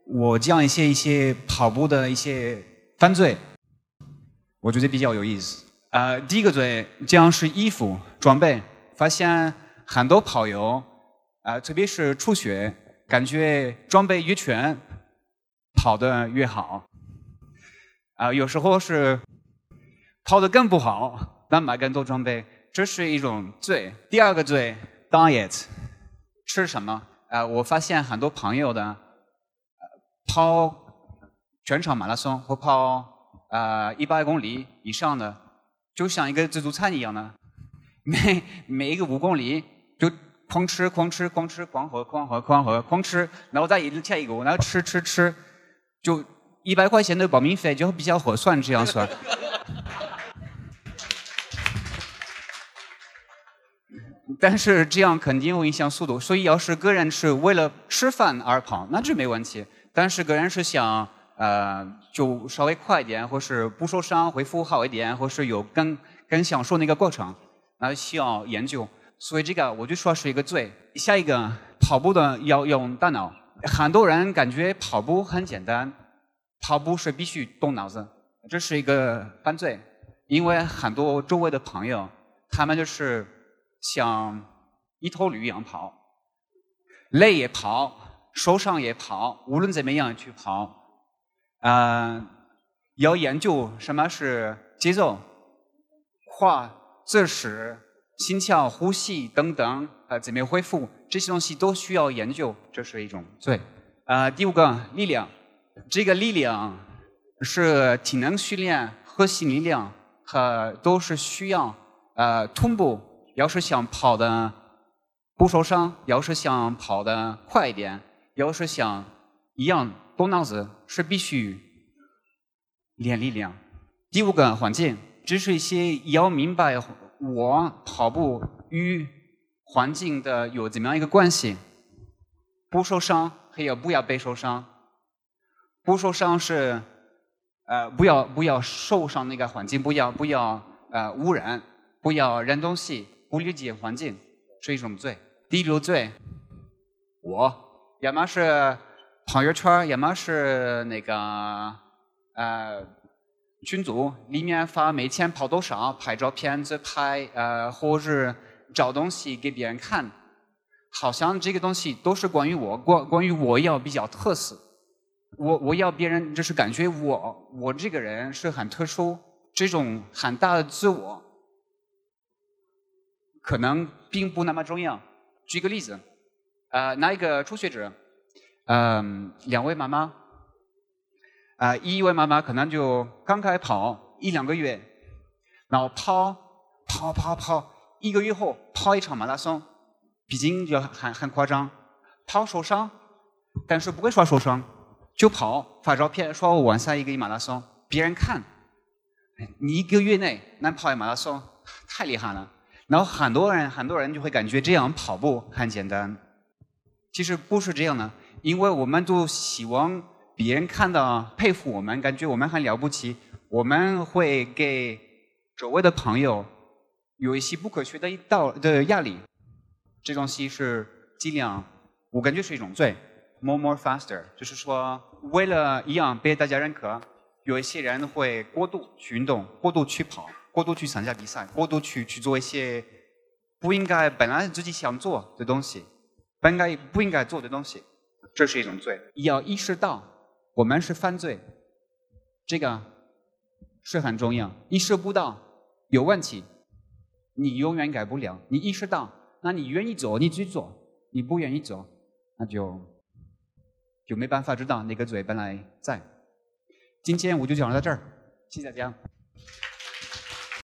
我讲一些跑步的一些犯罪，我觉得比较有意思。第一个罪讲是衣服装备，发现很多跑友特别是初学，感觉装备越全，跑得越好。有时候是跑得更不好，但买更多装备，这是一种罪。第二个罪 ，diet， 吃什么？我发现很多朋友的跑全场马拉松或跑100公里以上的，就像一个自助餐一样的，每一个5公里就狂吃、狂吃、狂吃、狂喝、狂喝、狂喝、狂吃，然后再下一个，然后吃，就100块钱的报名费就比较合算，这样算。但是这样肯定会影响速度，所以要是个人是为了吃饭而跑，那就没问题。但是个人是想就稍微快一点，或是不受伤、恢复好一点，或是有更享受那个过程，那需要研究。所以这个我就说是一个罪。下一个跑步的要用大脑，很多人感觉跑步很简单，跑步是必须动脑子，这是一个犯罪。因为很多周围的朋友，他们就是像一头驴一样跑，累也跑，受伤也跑，无论怎么样去跑。要研究什么是节奏、话、姿势、心跳、呼吸等等，怎么恢复，这些东西都需要研究，这是一种罪。第5个力量，这个力量是体能训练、核心力量和都是需要臀部，要是想跑的不受伤，要是想跑的快一点，要是想一样动脑子，是必须练力量。第5个环境，这是一些要明白我跑步与环境的有怎么样一个关系。不受伤还有不要被受伤。不受伤是不要受伤那个环境，不要污染，不要扔东西，不理解环境，是一种罪。第6罪，我要么是朋友圈，要么是那个群组里面发每天跑多少，拍照片自拍，或者找东西给别人看，好像这个东西都是关于我，关于我要比较特色。我要别人就是感觉我这个人是很特殊，这种很大的自我可能并不那么重要。举个例子，拿一个初学者，2位妈妈，一位妈妈可能就刚开始跑1-2个月，然后跑1个月后跑一场马拉松，毕竟就很夸张，跑受伤，但是不会说受伤。就跑发照片说我完赛一个马拉松，别人看你1个月内能跑一马拉松，太厉害了。然后很多人就会感觉这样跑步很简单，其实不是这样的，因为我们都希望别人看到佩服我们，感觉我们很了不起，我们会给周围的朋友有一些不可取的压力，这东西是尽量，我感觉是一种罪。more faster， 就是说为了一样被大家认可，有一些人会过度去运动，过度去跑，过度去参加比赛，过度去做一些不应该本来自己想做的东西，不应该做的东西，这是一种罪。要意识到我们是犯罪，这个是很重要。意识不到有问题，你永远改不了。你意识到，那你愿意做你去做，你不愿意做，那就没办法知道那个罪本来在。今天我就讲到这儿，谢谢大家。